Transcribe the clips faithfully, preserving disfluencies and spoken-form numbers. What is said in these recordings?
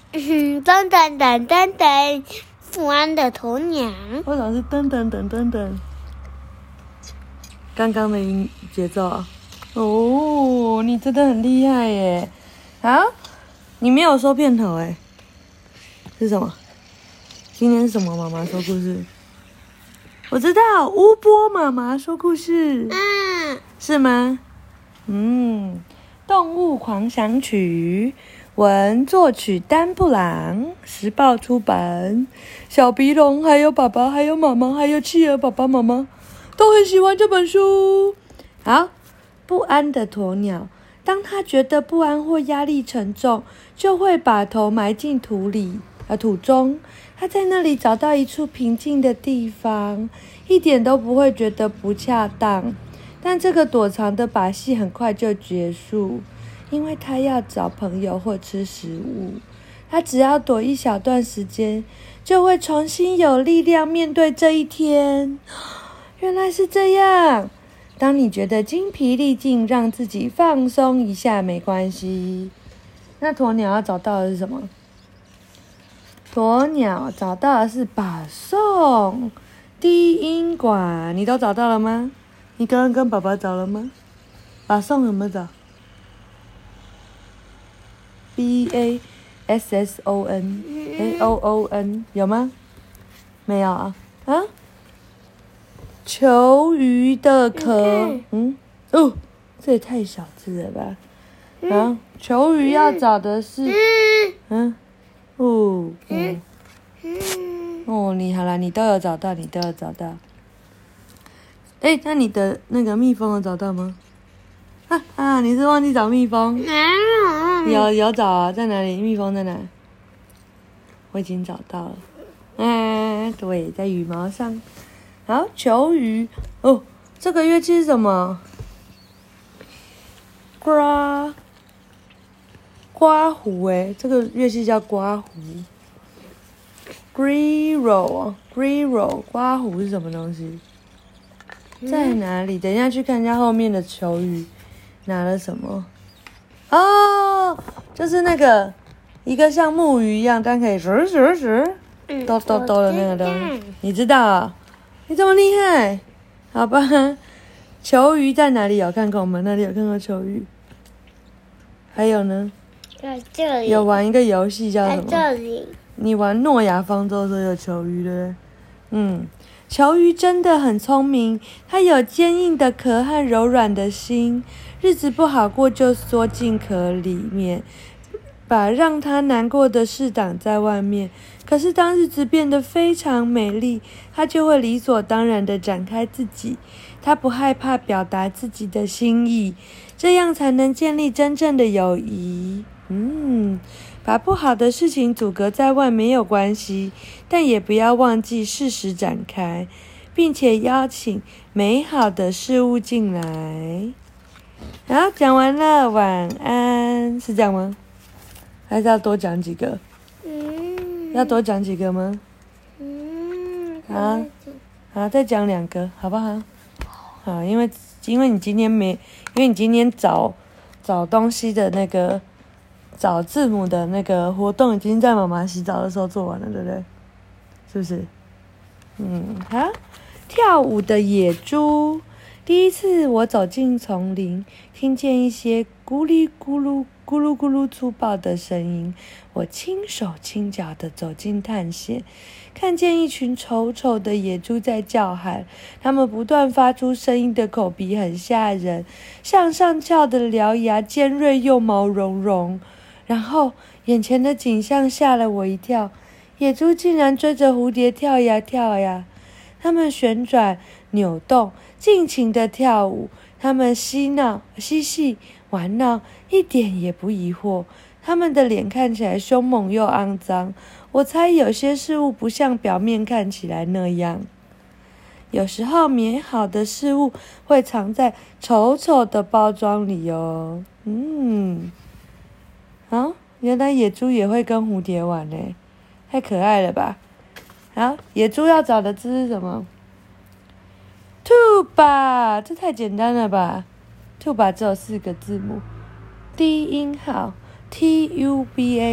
嗯，噔噔噔噔噔，不安的鸵鸟。 为什么是噔噔噔噔噔？刚刚的音节奏啊！哦，你真的很厉害耶！啊，你没有说片头哎，是什么？今天是什么妈妈说故事？我知道，乌波妈妈说故事。 嗯， 是吗？嗯，动物狂想曲，文作曲丹布朗，时报出版。小鼻龙还有爸爸还有妈妈还有企鹅爸爸妈妈都很喜欢这本书。好，不安的鸵鸟，当他觉得不安或压力沉重，就会把头埋进土里，呃，土中。他在那里找到一处平静的地方，一点都不会觉得不恰当。但这个躲藏的把戏很快就结束，因为他要找朋友或吃食物。他只要躲一小段时间，就会重新有力量面对这一天。原来是这样。当你觉得精疲力尽，让自己放松一下没关系。那鸵鸟要找到的是什么？鸵鸟找到的是把宋低音管，你都找到了吗？你刚刚跟爸爸找了吗？把宋有没有找 ？B A S S O N A O O N 有吗？没有啊啊！球鱼的壳，嗯哦，这也太小只了吧！啊，球鱼要找的是，嗯，哦，嗯，哦，你好啦，你都有找到，你都有找到。哎，那你的那个蜜蜂有找到吗？啊啊，你是忘记找蜜蜂？有有找啊，在哪里？蜜蜂在哪？我已经找到了。嗯，对，在羽毛上。好，球鱼哦，这个乐器是什么？刮刮胡诶，这个乐器叫刮胡。Griro Griro 刮胡是什么东西？在哪里？等一下去看一下后面的球鱼拿了什么。哦，就是那个一个像木鱼一样，但可以时时时抖抖抖的那个东西。你知道啊？你这么厉害？好吧，球鱼在哪里有看过？我们那里有看过球鱼。还有呢？ 在这里。 有玩一个游戏叫什么？ 在这里。 你玩诺亚方舟的时候有球鱼对不对？嗯。球鱼真的很聪明，它有坚硬的壳和柔软的心，日子不好过就缩进壳里面，把让它难过的事挡在外面。可是当日子变得非常美丽，它就会理所当然地展开自己。它不害怕表达自己的心意，这样才能建立真正的友谊。嗯，把不好的事情阻隔在外没有关系，但也不要忘记适时展开，并且邀请美好的事物进来。好，讲完了，晚安，是这样吗？还是要多讲几个？嗯，要多讲几个吗？嗯，好，好，再讲两个，好不好？好，因为因为你今天没，因为你今天找找东西的那个。找字母的那个活动已经在妈妈洗澡的时候做完了，对不对？是不是？嗯，好。跳舞的野猪。第一次我走进丛林，听见一些咕哩咕噜、咕噜咕噜粗暴的声音。我轻手轻脚地走进探险，看见一群丑丑的野猪在叫喊，它们不断发出声音的口鼻很吓人，向上翘的獠牙尖锐又毛茸茸。然后，眼前的景象吓了我一跳，野猪竟然追着蝴蝶跳呀跳呀，它们旋转、扭动，尽情地跳舞。它们嬉闹、嬉戏、玩闹，一点也不疑惑。它们的脸看起来凶猛又肮脏，我猜有些事物不像表面看起来那样。有时候，美好的事物会藏在丑丑的包装里哦。嗯。好，原来野猪也会跟蝴蝶玩呢，太可爱了吧！好，野猪要找的字是什么？兔吧，这太简单了吧？兔吧只有四个字母，低音号 T U B A。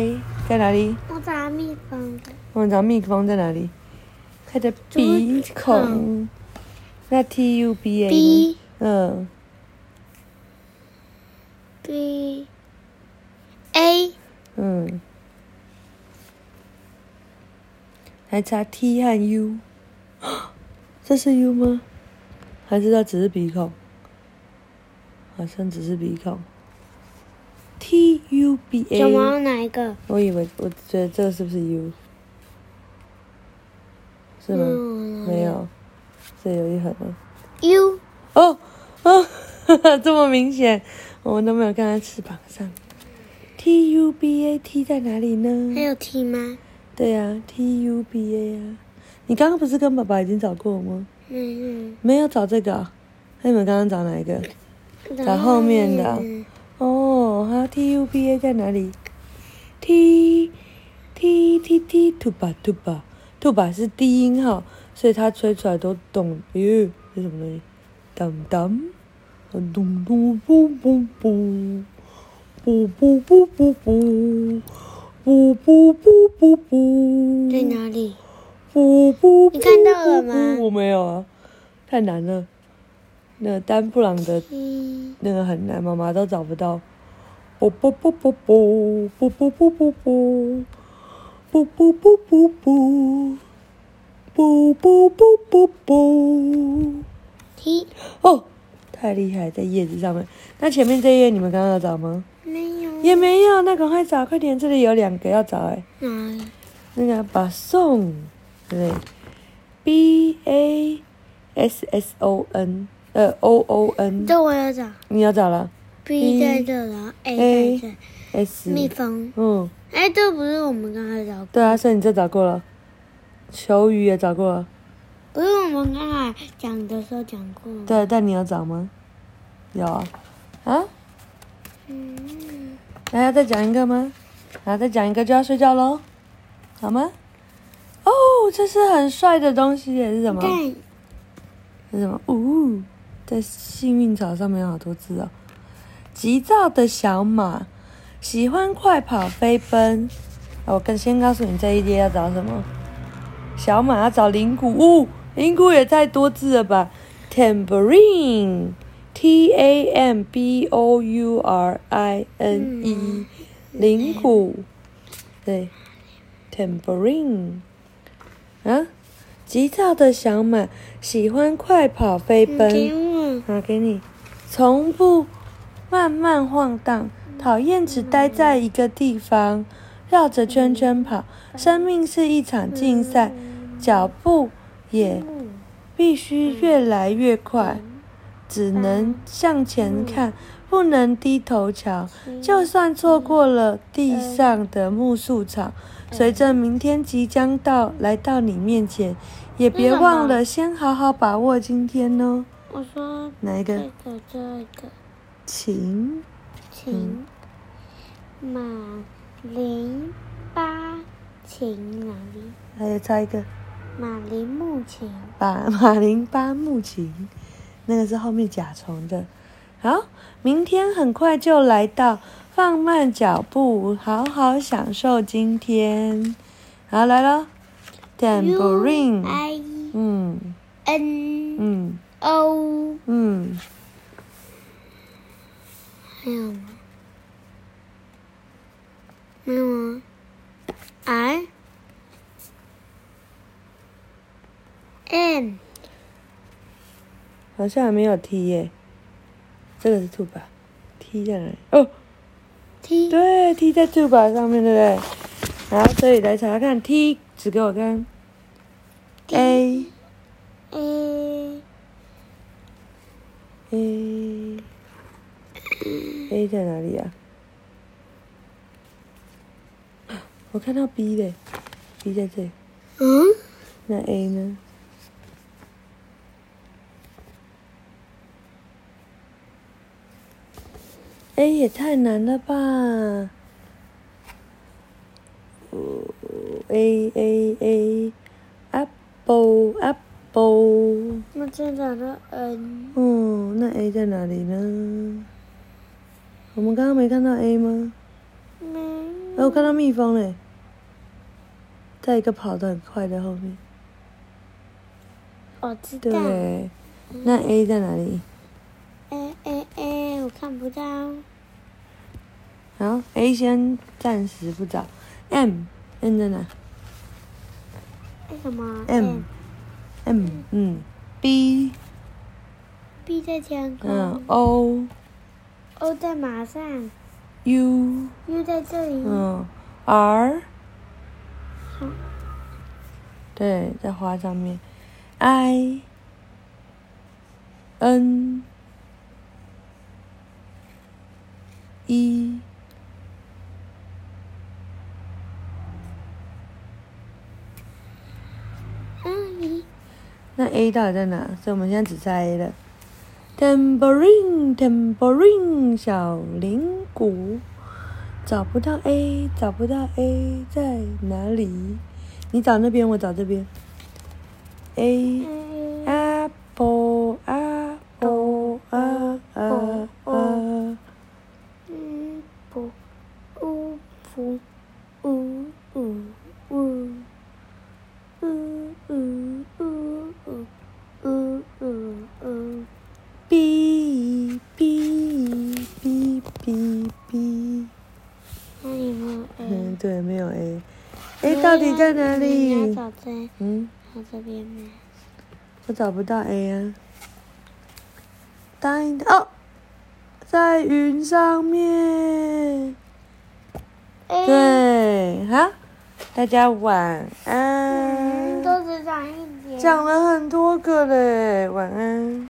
在哪里？ 我找蜜蜂。 我们找蜜蜂在哪里？它的鼻孔。那 T U B A 呢 B 嗯 B A 嗯，还差 T 和 U， 这是 U 吗？还是它只是鼻孔？好像只是鼻孔。T U B A。 什么？哪一个？ 我以为，我觉得这个是不是 U？ 是吗？ 嗯、 没有，这有一横了。 U 哦哦，这么明显，我们都没有看在翅膀上。T U B A T 在哪里呢？ 还有 T 吗？ 对呀、啊、，T U B A 啊。你刚刚不是跟爸爸已经找过了吗？ 嗯没有找这个、啊。那你们刚刚找哪一个？ 嗯。 找后面的、啊。哦，还有 T U B A 在哪里 ？T T T T 兔吧兔吧兔吧是低音号，所以它吹出来都咚。咦，这是什么东西？当当，咚咚咚咚咚，啵啵啵啵啵，啵啵啵啵啵。 在哪里？ 啵啵。 你看到了吗？ 我没有啊，太难了。那个丹布朗的那个很难，妈妈都找不到。啵啵啵啵啵，啵啵啵啵啵，啵啵啵啵啵，啵啵啵啵啵。 T 哦，太厉害，在叶子上面。那前面这一页你们刚刚有找吗？ 没有。 也没有，那赶快找，快点，这里有两个要找哎。 哪里？ 那个把送，对 ，B A S S O N， 呃 O O N。 这我有找。 你要找了 B 在这，然后 A 在这。 S。 蜜蜂。 嗯。 哎，这不是我们刚才找过？ 对啊，所以你这找过了。球鱼也找过了。 不是我们刚才讲的时候讲过吗？ 对，但你有找吗？有啊。啊？ 嗯。 还要再讲一个吗？还要再讲一个就要睡觉喽，好吗？哦，这是很帅的东西耶，是什么？ 对。 是什么？呜、哦，在幸运草上面有好多字哦。急躁的小马，喜欢快跑飞奔。我跟先告诉你这一页要找什么？小马要找铃鼓，呜、哦，铃鼓也太多字了吧 ？Tambourine。T A M B O U R I N E， 铃鼓，对 ，tambourine， 啊，急躁的小马喜欢快跑飞奔， 给我， 好，给你，从不慢慢晃荡，讨厌只待在一个地方，绕着圈圈跑，生命是一场竞赛，脚步也必须越来越快。只能向前看，不能低头瞧。就算错过了地上的木树草，随着明天即将到来到你面前，也别忘了先好好把握今天哦。 我说哪一个？ 这个这个。 琴。 琴。马林巴琴哪里？ 还有差一个。 马林木琴。 把马林巴木琴。那个是后面甲虫的。好，明天很快就来到，放慢脚步，好好享受今天。好，来了 ，tambourine， 嗯 ，N， 嗯 ，O， 嗯， 还有吗？没有吗 ？I，N。 好像还没有 T 耶，这个是 two 吧 ？T 在哪里？哦 ，T， 对 ，T 在 two 吧上面，对不对？然后这里来查看 T， 指给我看 ，A，A，A， A 在哪里啊？我看到 B 嘞 ，B 在这里。 嗯？ 那 A 呢？A 也太难了吧 ！A A A apple apple。 我只找到 N。 哦，那 A 在哪里呢？我们刚刚没看到 A 吗？ 没哎，我看到蜜蜂嘞，在一个跑得很快的后面。 我知道。 对，那 A 在哪里？ 哎哎哎，我看不到。 好 ，A 先暂时不找。M，M 在哪为什么 ？M，M，嗯 ，B，B ？B 在天空。 嗯 ，O，O 在马上。 U， U 在这里。 嗯 ，R， 好。 对，在花上面。I，N，E， 嗯， 那 A 到底在哪？所以我们现在只猜 A 了。Tambourine, tambourine， 小铃鼓，找不到 A， 找不到 A 在哪里？你找那边，我找这边。A， apple, apple, a a a。 嗯，不，呜不，呜呜呜，呜呜呜呜呜呜呜。 B B B B B。 那里没有 A。 嗯，对，没有 A。A 到底在哪里？ 你要找这， 嗯， 找这边吗？ 我找不到 A 啊。答应哦，在云上面。对，好，大家晚安。 都只讲一点。 讲了很多个嘞，晚安。